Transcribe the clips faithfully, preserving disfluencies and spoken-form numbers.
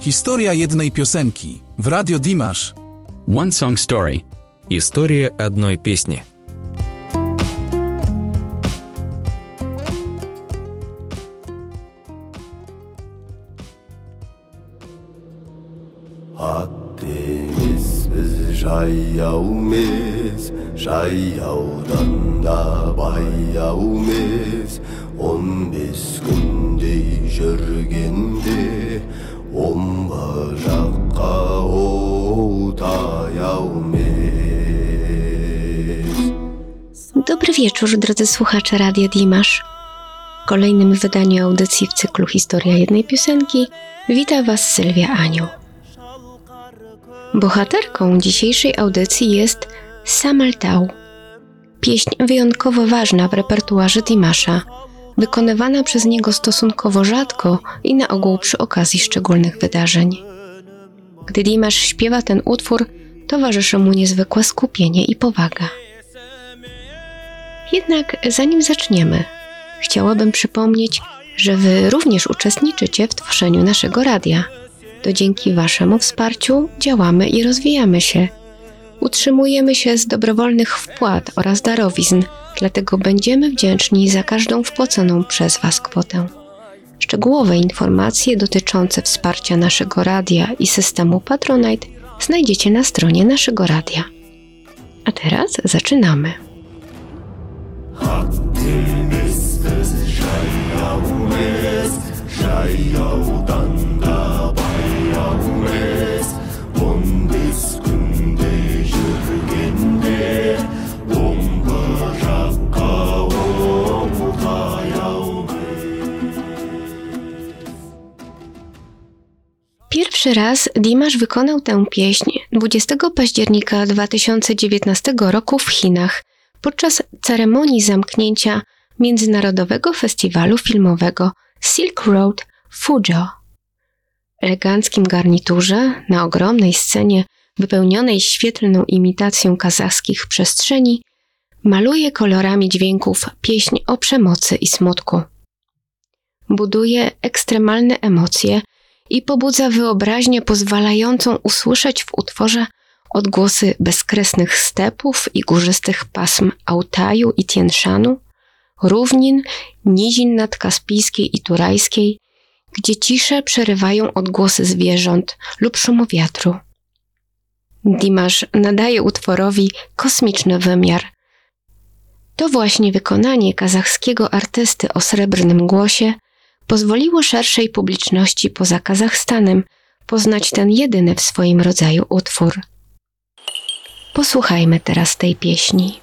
Historia jednej piosenki w Radio Dimash. One Song Story. История одной песни. Haddimiz biz jayavmiz, jayavdan da bayavmiz. On beş gündey jürgendi, on bacakka otayavmiz. Dobry wieczór, drodzy słuchacze Radia Dimash. W kolejnym wydaniu audycji w cyklu Historia jednej piosenki wita Was Sylwia Anioł. Bohaterką dzisiejszej audycji jest Samaltau. Pieśń wyjątkowo ważna w repertuarze Dimasha, wykonywana przez niego stosunkowo rzadko i na ogół przy okazji szczególnych wydarzeń. Gdy Dimash śpiewa ten utwór, towarzyszy mu niezwykłe skupienie i powaga. Jednak zanim zaczniemy, chciałabym przypomnieć, że Wy również uczestniczycie w tworzeniu naszego radia. To dzięki Waszemu wsparciu działamy i rozwijamy się. Utrzymujemy się z dobrowolnych wpłat oraz darowizn, dlatego będziemy wdzięczni za każdą wpłaconą przez Was kwotę. Szczegółowe informacje dotyczące wsparcia naszego radia i systemu Patronite znajdziecie na stronie naszego radia. A teraz zaczynamy. Haddimiz biz jayavmiz, jayavdan da bayavmiz. On beş gündey jürgendi, on bacakka otayavmiz. Pierwszy raz Dimash wykonał tę pieśń dwudziestego października dwa tysiące dziewiętnastego roku w Chinach podczas ceremonii zamknięcia Międzynarodowego Festiwalu Filmowego Silk Road w Fuzhou. W eleganckim garniturze, na ogromnej scenie wypełnionej świetlną imitacją kazachskich przestrzeni, maluje kolorami dźwięków pieśń o przemocy i smutku. Buduje ekstremalne emocje i pobudza wyobraźnię pozwalającą usłyszeć w utworze odgłosy bezkresnych stepów i górzystych pasm Altaju i Tienszanu, równin, nizin nadkaspijskiej i turajskiej, gdzie ciszę przerywają odgłosy zwierząt lub szumu wiatru. Dimash nadaje utworowi kosmiczny wymiar. To właśnie wykonanie kazachskiego artysty o srebrnym głosie pozwoliło szerszej publiczności poza Kazachstanem poznać ten jedyny w swoim rodzaju utwór. Posłuchajmy teraz tej pieśni.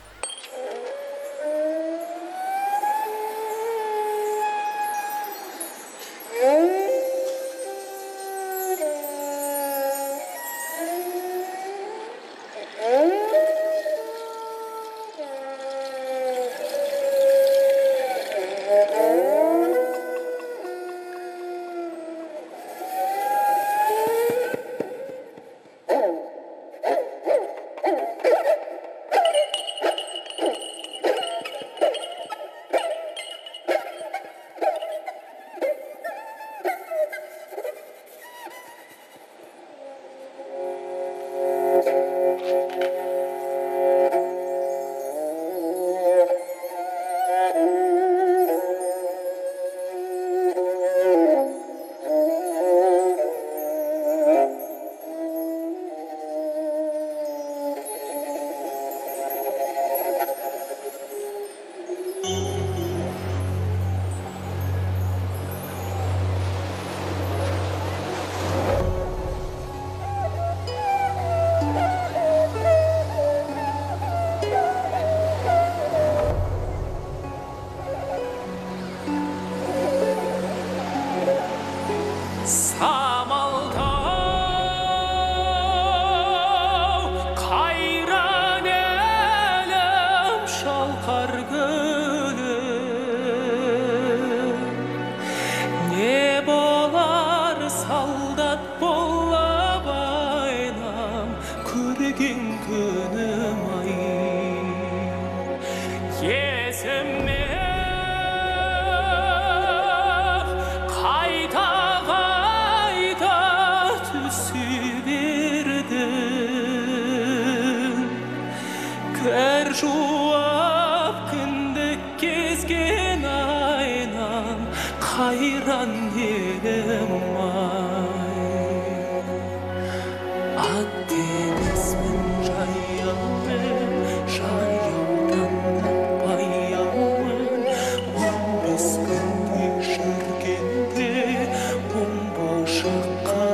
қайран едім ай ат теңізбен жаяумен жаяудан баяумен он бес күндей жүргенде оңбо жаққа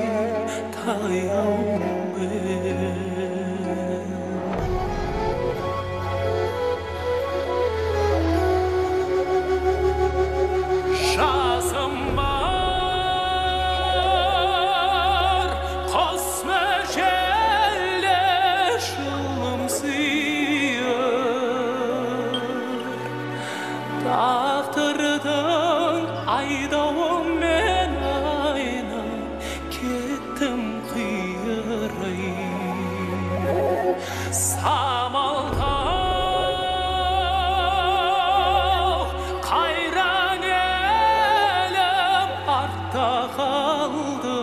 таяумен жазым бар құс мәжелі жылым сүйір тағдырдың айдауымен айнап кеттім қиырай самалтау қайран елім артта қалды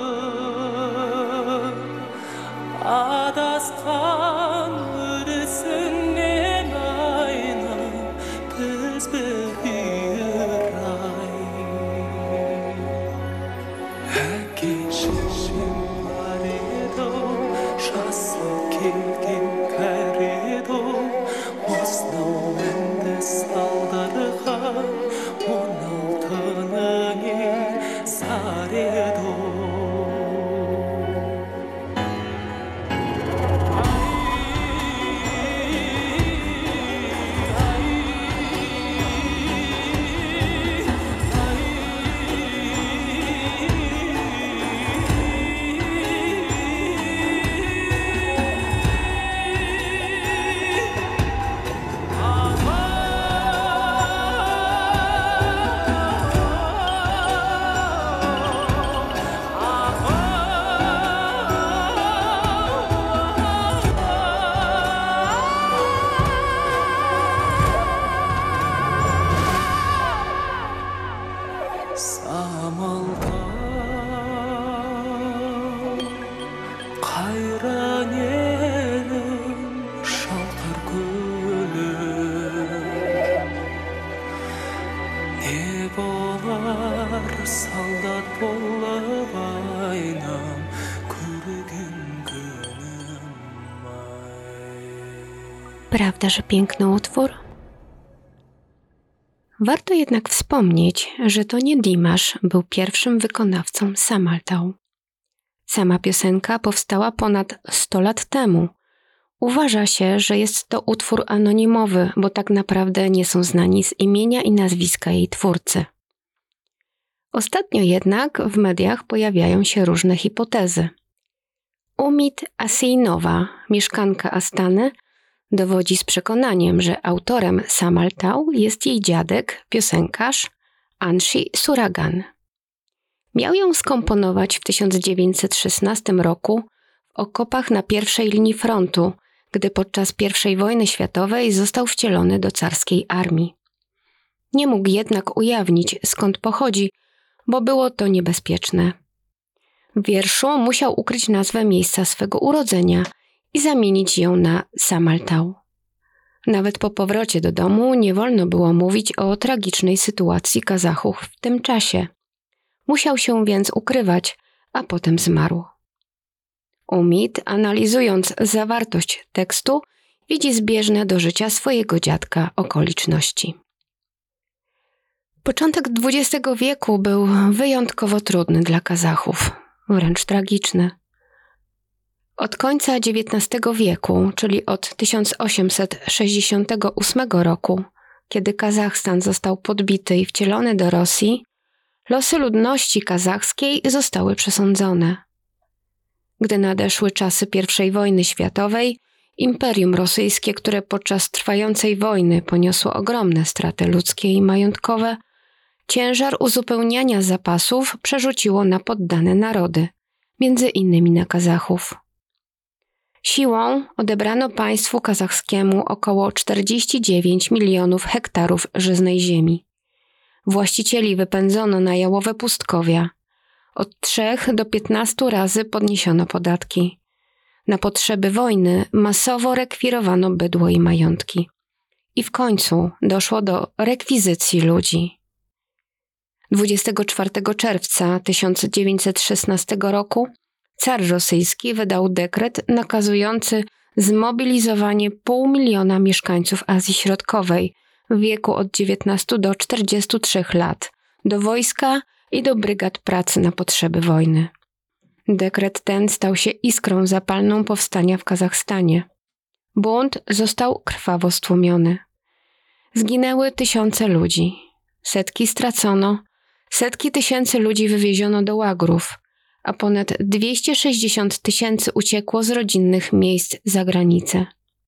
адасқан өрісінен айнап біз бір ай әке шешем бар еді жасы келген кәрі еді осынау мінді салдырған он алтының ең зар еді самалтау қайран елім шалқар көлім не болар солдат болып айнам көрген күнім ай. Prawda, że piękny utwór? Warto jednak wspomnieć, że to nie Dimash był pierwszym wykonawcą Samaltał. Sama piosenka powstała ponad sto lat temu. Uważa się, że jest to utwór anonimowy, bo tak naprawdę nie są znani z imienia i nazwiska jej twórcy. Ostatnio jednak w mediach pojawiają się różne hipotezy. Umit Asinowa, mieszkanka Astany, dowodzi z przekonaniem, że autorem Samaltał jest jej dziadek, piosenkarz Anshi Suragan. Miał ją skomponować w tysiąc dziewięćset szesnastym roku w okopach na pierwszej linii frontu, gdy podczas pierwszej wojny światowej został wcielony do carskiej armii. Nie mógł jednak ujawnić, skąd pochodzi, bo było to niebezpieczne. W wierszu musiał ukryć nazwę miejsca swego urodzenia i zamienić ją na Samaltał. Nawet po powrocie do domu nie wolno było mówić o tragicznej sytuacji Kazachów w tym czasie. Musiał się więc ukrywać, a potem zmarł. Umit, analizując zawartość tekstu, widzi zbieżne do życia swojego dziadka okoliczności. Początek dwudziestego wieku był wyjątkowo trudny dla Kazachów, wręcz tragiczny. Od końca dziewiętnastego wieku, czyli od tysiąc osiemset sześćdziesiątego ósmego roku, kiedy Kazachstan został podbity i wcielony do Rosji, losy ludności kazachskiej zostały przesądzone. Gdy nadeszły czasy pierwszej wojny światowej, Imperium Rosyjskie, które podczas trwającej wojny poniosło ogromne straty ludzkie i majątkowe, ciężar uzupełniania zapasów przerzuciło na poddane narody, między innymi na Kazachów. Siłą odebrano państwu kazachskiemu około czterdzieści dziewięć milionów hektarów żyznej ziemi. Właścicieli wypędzono na jałowe pustkowia. Od trzech do piętnastu razy podniesiono podatki. Na potrzeby wojny masowo rekwirowano bydło i majątki. I w końcu doszło do rekwizycji ludzi. dwudziestego czwartego czerwca tysiąc dziewięćset szesnastego roku car rosyjski wydał dekret nakazujący zmobilizowanie pół miliona mieszkańców Azji Środkowej w wieku od dziewiętnastu do czterdziestu trzech lat do wojska i do brygad pracy na potrzeby wojny. Dekret ten stał się iskrą zapalną powstania w Kazachstanie. Bunt został krwawo stłumiony. Zginęły tysiące ludzi, setki stracono, setki tysięcy ludzi wywieziono do łagrów, a ponad dwieście sześćdziesiąt tysięcy uciekło z rodzinnych miejsc za granicę.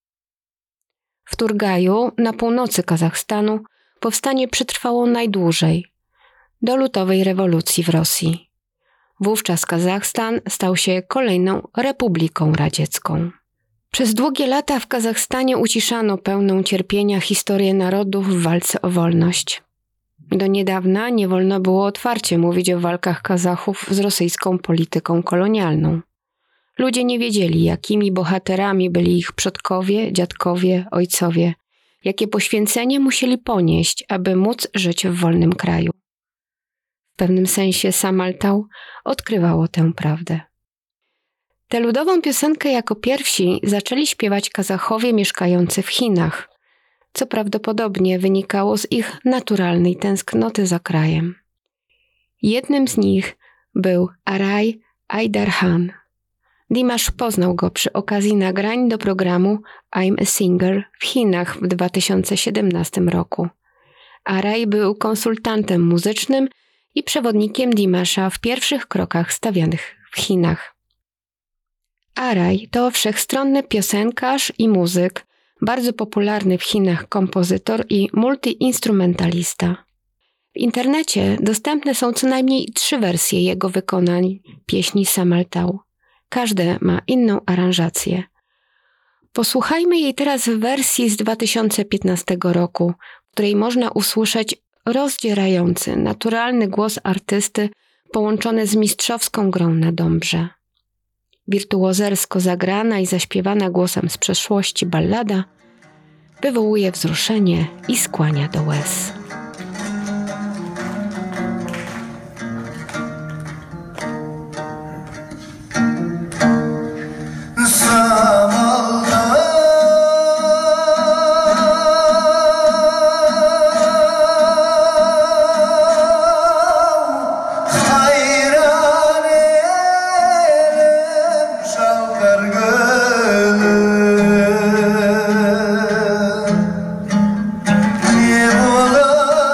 W Turgaju, na północy Kazachstanu, powstanie przetrwało najdłużej, do lutowej rewolucji w Rosji. Wówczas Kazachstan stał się kolejną republiką radziecką. Przez długie lata w Kazachstanie uciszano pełną cierpienia historię narodów w walce o wolność. Do niedawna nie wolno było otwarcie mówić o walkach Kazachów z rosyjską polityką kolonialną. Ludzie nie wiedzieli, jakimi bohaterami byli ich przodkowie, dziadkowie, ojcowie, jakie poświęcenie musieli ponieść, aby móc żyć w wolnym kraju. W pewnym sensie Samaltał odkrywało tę prawdę. Tę ludową piosenkę jako pierwsi zaczęli śpiewać Kazachowie mieszkający w Chinach, co prawdopodobnie wynikało z ich naturalnej tęsknoty za krajem. Jednym z nich był Aray Aidarhan. Dimash poznał go przy okazji nagrań do programu I'm a Singer w Chinach w dwa tysiące siedemnastym roku. Aray był konsultantem muzycznym i przewodnikiem Dimasha w pierwszych krokach stawianych w Chinach. Aray to wszechstronny piosenkarz i muzyk, bardzo popularny w Chinach kompozytor i multiinstrumentalista. W internecie dostępne są co najmniej trzy wersje jego wykonań pieśni Samaltał. Każde ma inną aranżację. Posłuchajmy jej teraz w wersji z dwa tysiące piętnastego roku, w której można usłyszeć rozdzierający, naturalny głos artysty połączony z mistrzowską grą na dąbrze. Wirtuozersko zagrana i zaśpiewana głosem z przeszłości ballada wywołuje wzruszenie i skłania do łez. Nie wolno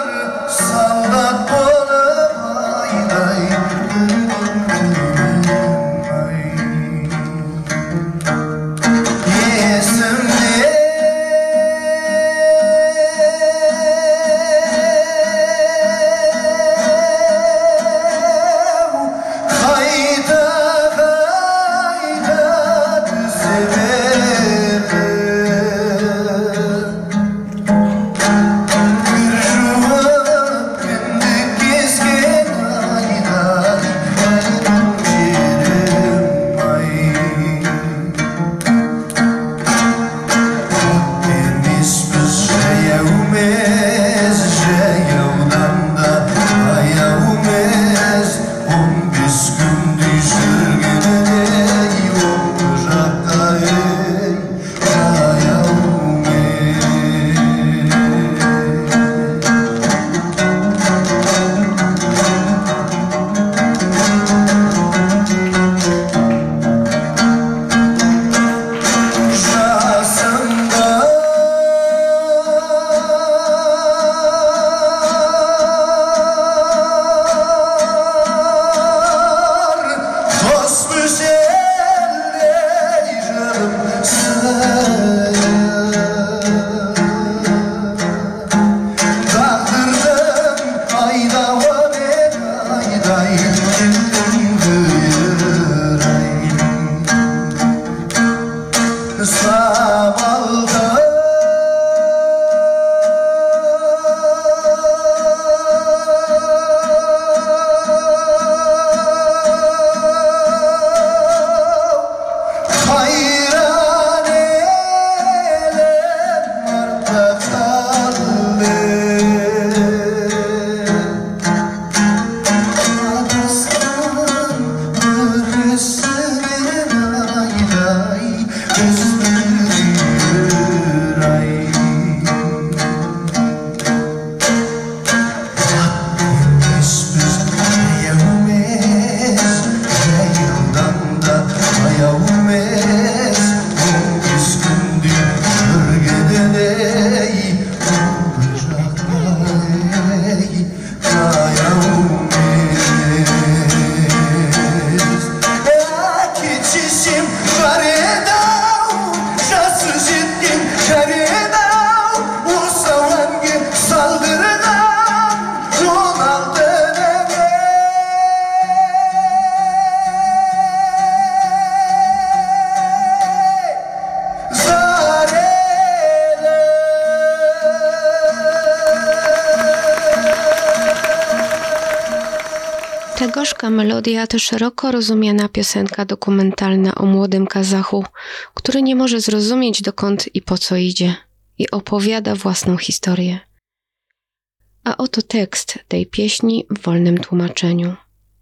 Ta gorzka melodia to szeroko rozumiana piosenka dokumentalna o młodym Kazachu, który nie może zrozumieć dokąd i po co idzie i opowiada własną historię. A oto tekst tej pieśni w wolnym tłumaczeniu.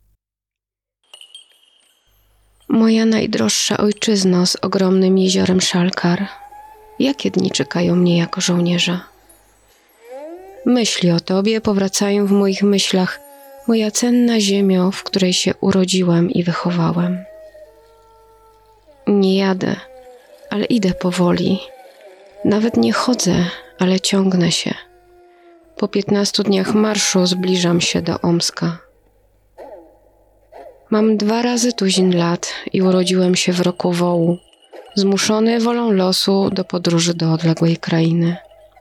Moja najdroższa ojczyzno z ogromnym jeziorem Szalkar, jakie dni czekają mnie jako żołnierza? Myśli o tobie powracają w moich myślach, moja cenna ziemio, w której się urodziłem i wychowałem. Nie jadę, ale idę powoli. Nawet nie chodzę, ale ciągnę się. Po piętnastu dniach marszu zbliżam się do Omska. Mam dwa razy tuzin lat i urodziłem się w roku wołu, zmuszony wolą losu do podróży do odległej krainy.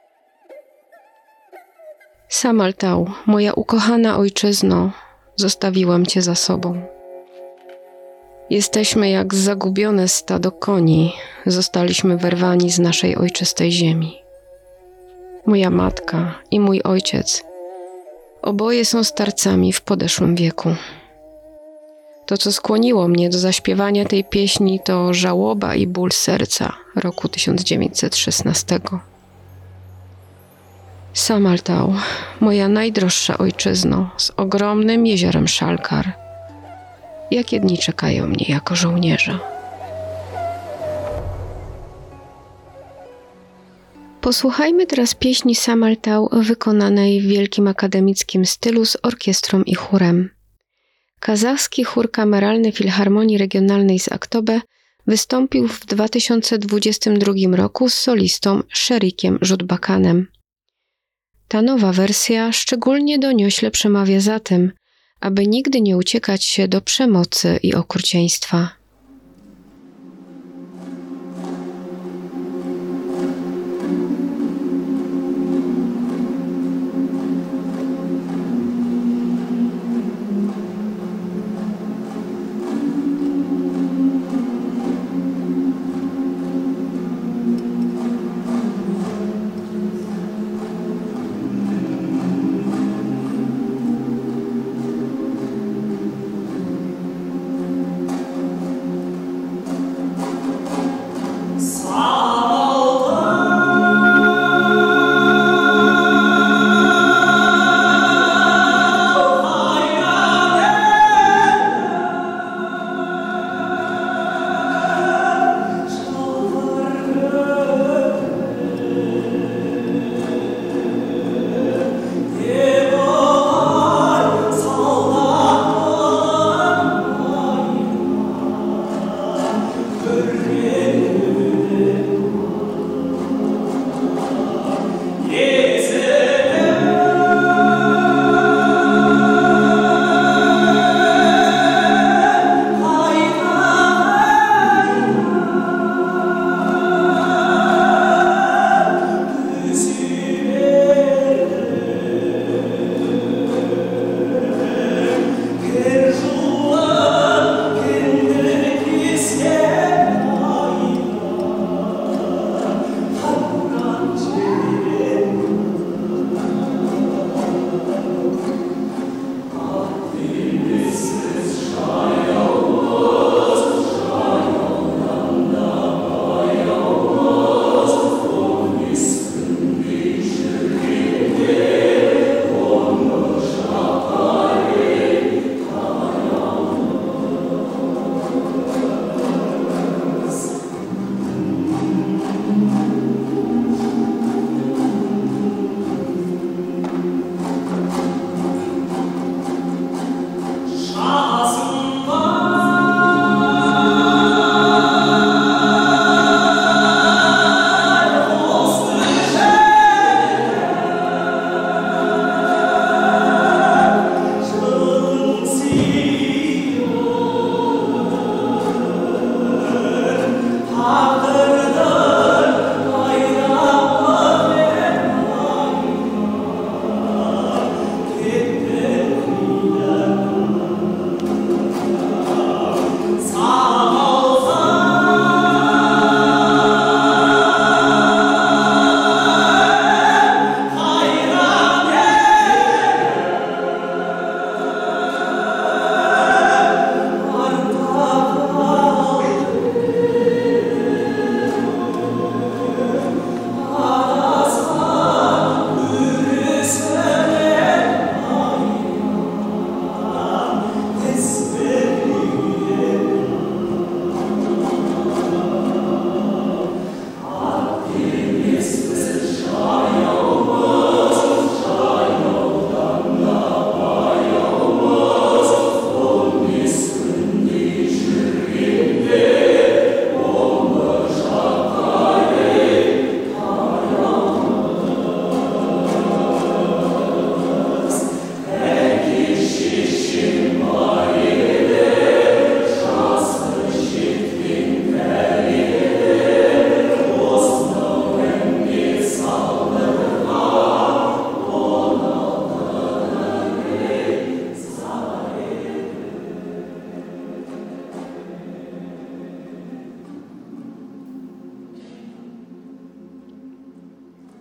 Samaltał, moja ukochana ojczyzno, zostawiłem cię za sobą. Jesteśmy jak zagubione stado koni, zostaliśmy wyrwani z naszej ojczystej ziemi. Moja matka i mój ojciec, oboje są starcami w podeszłym wieku. To, co skłoniło mnie do zaśpiewania tej pieśni, to żałoba i ból serca roku tysiąc dziewięćset szesnastego. Samaltał, moja najdroższa ojczyzno z ogromnym jeziorem Szalkar, jakie dni czekają mnie jako żołnierza? Posłuchajmy teraz pieśni Samaltał wykonanej w wielkim akademickim stylu z orkiestrą i chórem. Kazachski chór kameralny Filharmonii Regionalnej z Aktobe wystąpił w dwa tysiące dwudziestym drugim roku z solistą Sherikiem Żutbakanem. Ta nowa wersja szczególnie doniośle przemawia za tym, aby nigdy nie uciekać się do przemocy i okrucieństwa.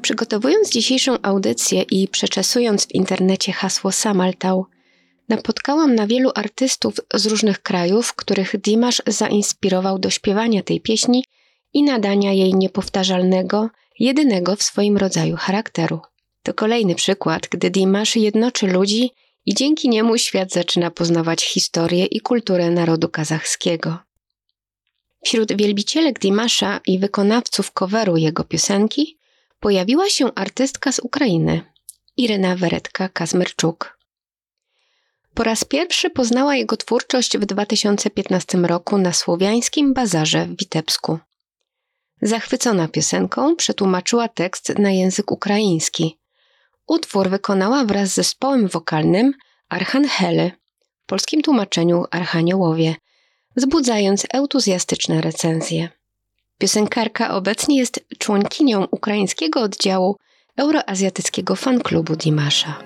Przygotowując dzisiejszą audycję i przeczesując w internecie hasło Samaltał, napotkałam na wielu artystów z różnych krajów, których Dimash zainspirował do śpiewania tej pieśni i nadania jej niepowtarzalnego, jedynego w swoim rodzaju charakteru. To kolejny przykład, gdy Dimash jednoczy ludzi i dzięki niemu świat zaczyna poznawać historię i kulturę narodu kazachskiego. Wśród wielbicielek Dimasha i wykonawców coveru jego piosenki pojawiła się artystka z Ukrainy, Iryna Weretka-Kazmerczuk. Po raz pierwszy poznała jego twórczość w dwa tysiące piętnastym roku na Słowiańskim Bazarze w Witebsku. Zachwycona piosenką przetłumaczyła tekst na język ukraiński. Utwór wykonała wraz z zespołem wokalnym Archanhele, w polskim tłumaczeniu Archaniołowie, wzbudzając entuzjastyczne recenzje. Piosenkarka obecnie jest członkinią ukraińskiego oddziału euroazjatyckiego fanklubu Dimasha.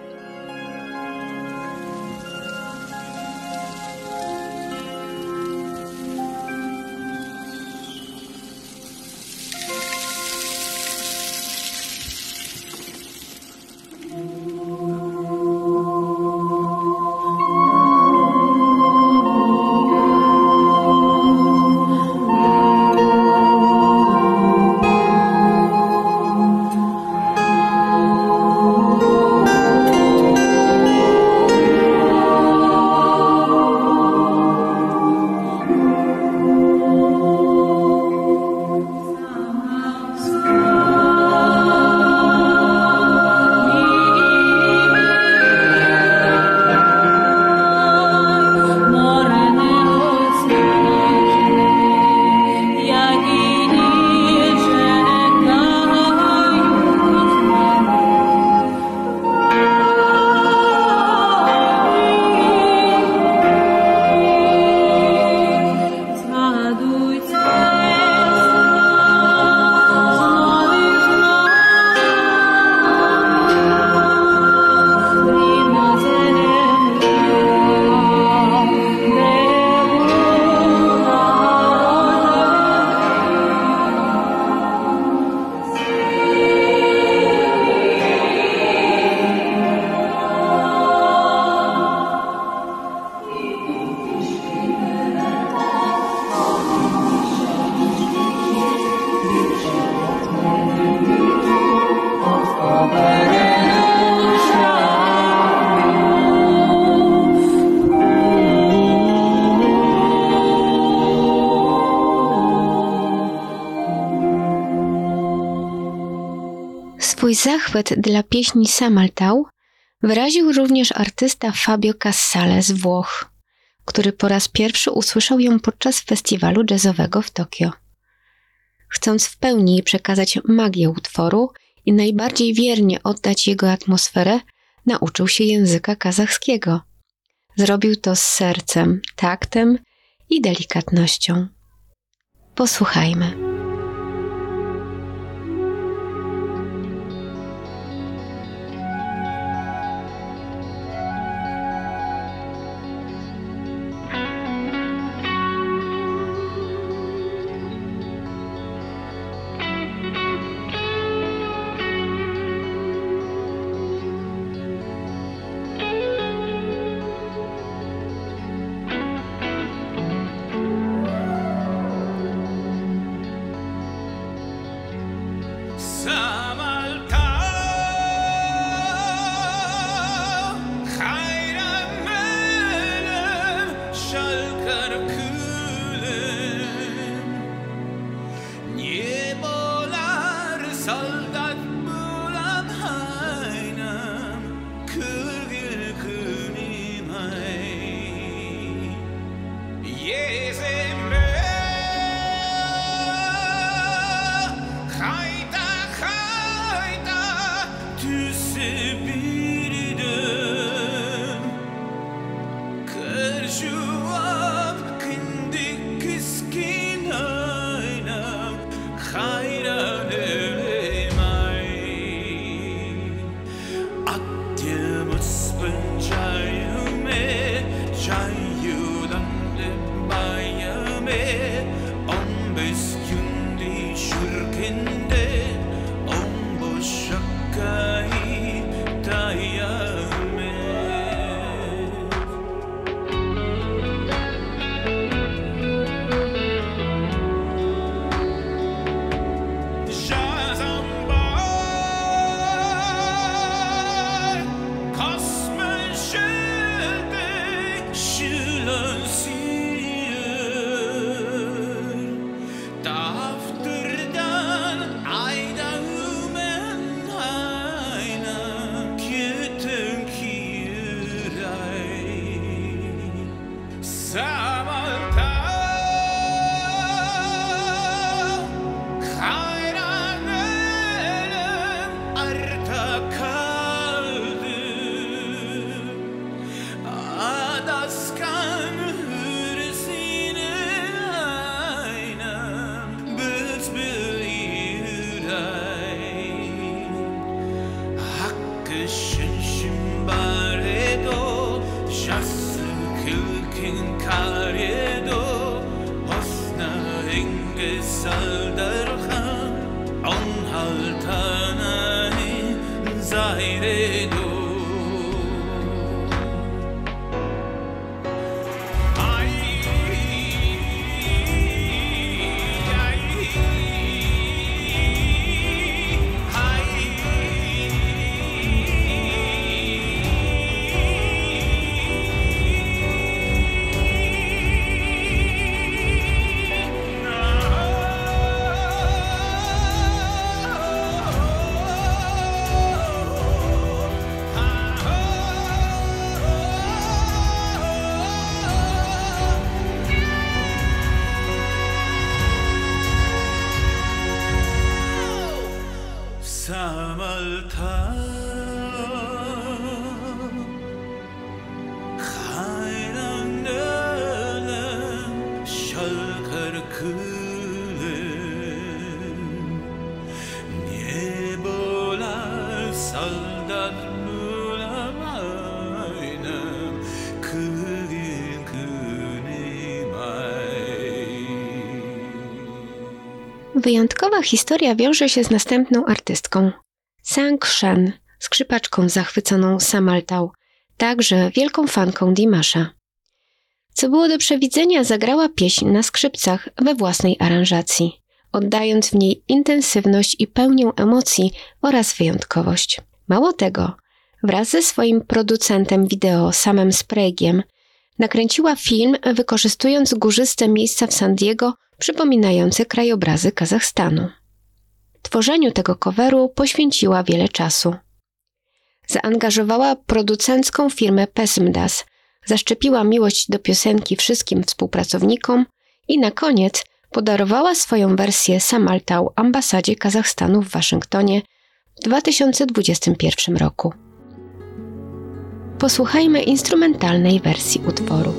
Swój zachwyt dla pieśni Samaltał wyraził również artysta Fabio Cassale z Włoch, który po raz pierwszy usłyszał ją podczas festiwalu jazzowego w Tokio. Chcąc w pełni przekazać magię utworu i najbardziej wiernie oddać jego atmosferę, nauczył się języka kazachskiego. Zrobił to z sercem, taktem i delikatnością. Posłuchajmy. Om bes gündi şürkende om boşa Samalta hayranım arta kaldı adaskan hırsine aynam bülbül yüreğim hakkı şınşın baredo şahsı kılkin karedo hosna enge saldarhan on haltanay zahredo ay ay Samalta hayranım şalkar kılım niye bolar saldat bulamaydım kılın kınimay. Wyjątkowa historia wiąże się z następną artystką. Sang Shen, skrzypaczką zachwyconą Samaltał, także wielką fanką Dimasza. Co było do przewidzenia, zagrała pieśń na skrzypcach we własnej aranżacji, oddając w niej intensywność i pełnię emocji oraz wyjątkowość. Mało tego, wraz ze swoim producentem wideo Samem Sprague'iem nakręciła film, wykorzystując górzyste miejsca w San Diego przypominające krajobrazy Kazachstanu. Tworzeniu tego coveru poświęciła wiele czasu. Zaangażowała producencką firmę Pesmdas, zaszczepiła miłość do piosenki wszystkim współpracownikom i na koniec podarowała swoją wersję Samaltał ambasadzie Kazachstanu w Waszyngtonie w dwa tysiące dwudziestym pierwszym roku. Posłuchajmy instrumentalnej wersji utworu.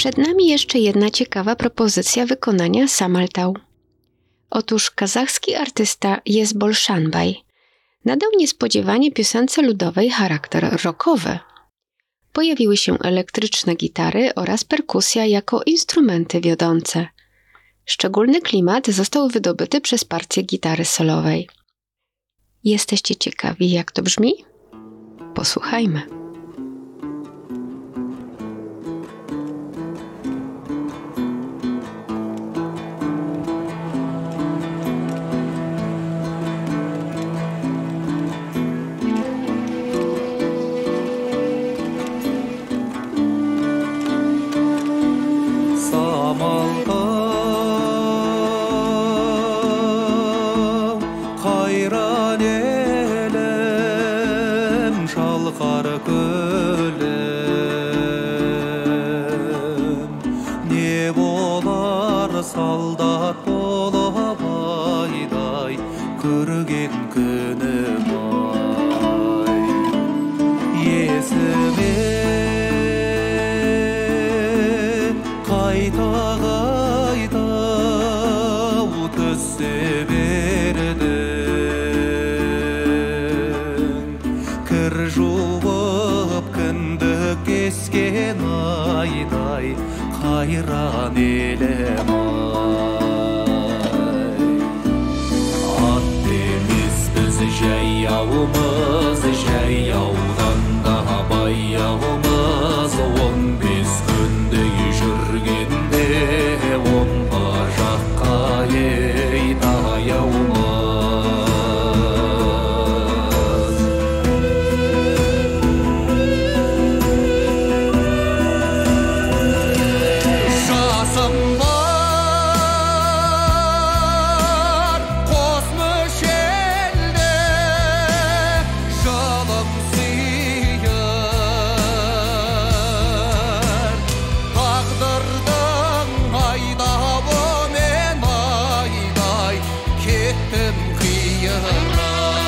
Przed nami jeszcze jedna ciekawa propozycja wykonania Samaltał. Otóż kazachski artysta Jezbol Szanbaj nadał niespodziewanie piosence ludowej charakter rockowy. Pojawiły się elektryczne gitary oraz perkusja jako instrumenty wiodące. Szczególny klimat został wydobyty przez partię gitary solowej. Jesteście ciekawi, jak to brzmi? Posłuchajmy. Hayran elem şalqar kölem Ne bolar saldat bolop ayday Көрген күнім ay Esime qayta qayta utüsse berdim Kir juvып кіндік kesken ayday Hayran elem ay At demiz biz jayavımız Jayavdan daha bayavımız On beş gündey жүргенде Оңға жаққа ей таяумыз Жасым бар қос мөлшерде Жалым сүйер Тағдырдың айдауымен айдай Кеттім қиырай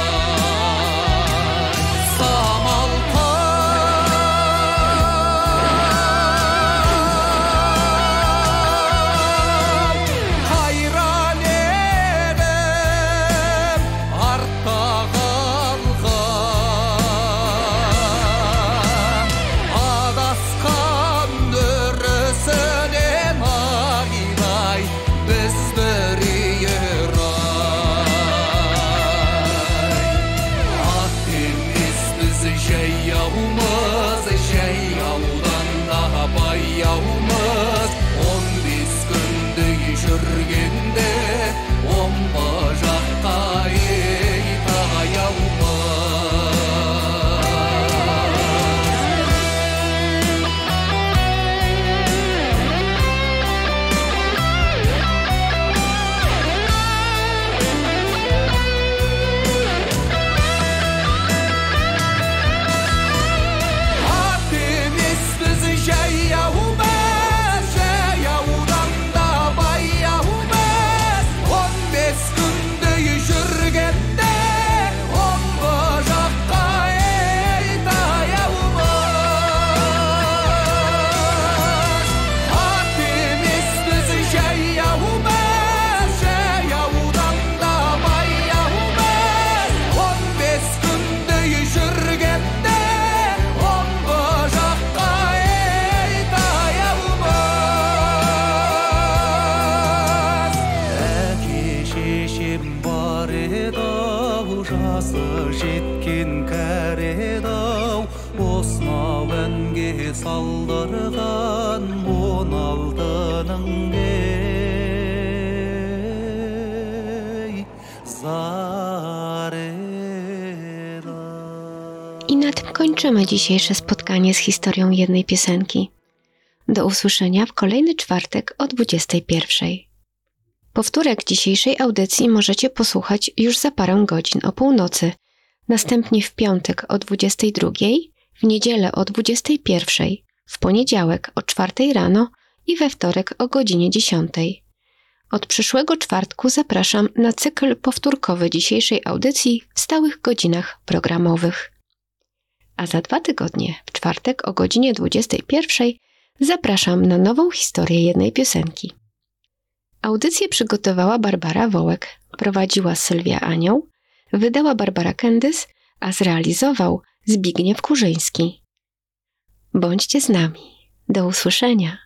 Самалтай Хайран елім артта қалған Адасқан өрісінен айдай біз бір үйір-ай Ат емес біз жаяумыз Жаяудан да баяумыз Он бес күндей жүргенде Омға жаққа ей таяумыз Ат емес біз жаяумыз Жаяудан да баяумыз Он бес күндей жүргенде Омға жаққа ей таяумыз Ат емес біз жаяумыз Жаяудан да баяумыз Он бес күндей жүргенде Омға жаққа ей таяумыз Әке шешем бар еді-ау Жасы жеткен кәрі еді-ау Осынау әнге салдырған Он алтының ей зары еді. I na tym kończymy dzisiejsze spotkanie z historią jednej piosenki. Do usłyszenia w kolejny czwartek o dwudziestej pierwszej. Powtórek dzisiejszej audycji możecie posłuchać już za parę godzin o północy, następnie w piątek o dwudziestej drugiej, w niedzielę o dwudziestej pierwszej, w poniedziałek o czwartej rano i we wtorek o godzinie dziesiątej. Od przyszłego czwartku zapraszam na cykl powtórkowy dzisiejszej audycji w stałych godzinach programowych. A za dwa tygodnie, w czwartek o godzinie dwudziestej pierwszej, Zapraszam na nową historię jednej piosenki. Audycję przygotowała Barbara Wołek, prowadziła Sylwia Anioł, wydała Barbara Kendys, a zrealizował Zbigniew Kurzyński. Bądźcie z nami. Do usłyszenia.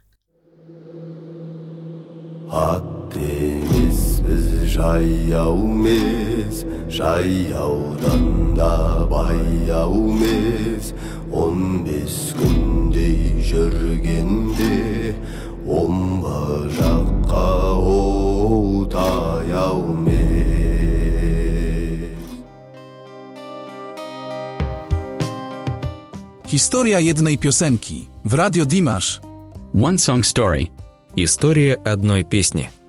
Hattimiz biz şayyavmiz, şayyavdan da bayyavmiz. On beş günde jürgendi, on başakka otayavmiz. Historia jednej piosenki w Radio Dimash. One Song Story. История одной песни.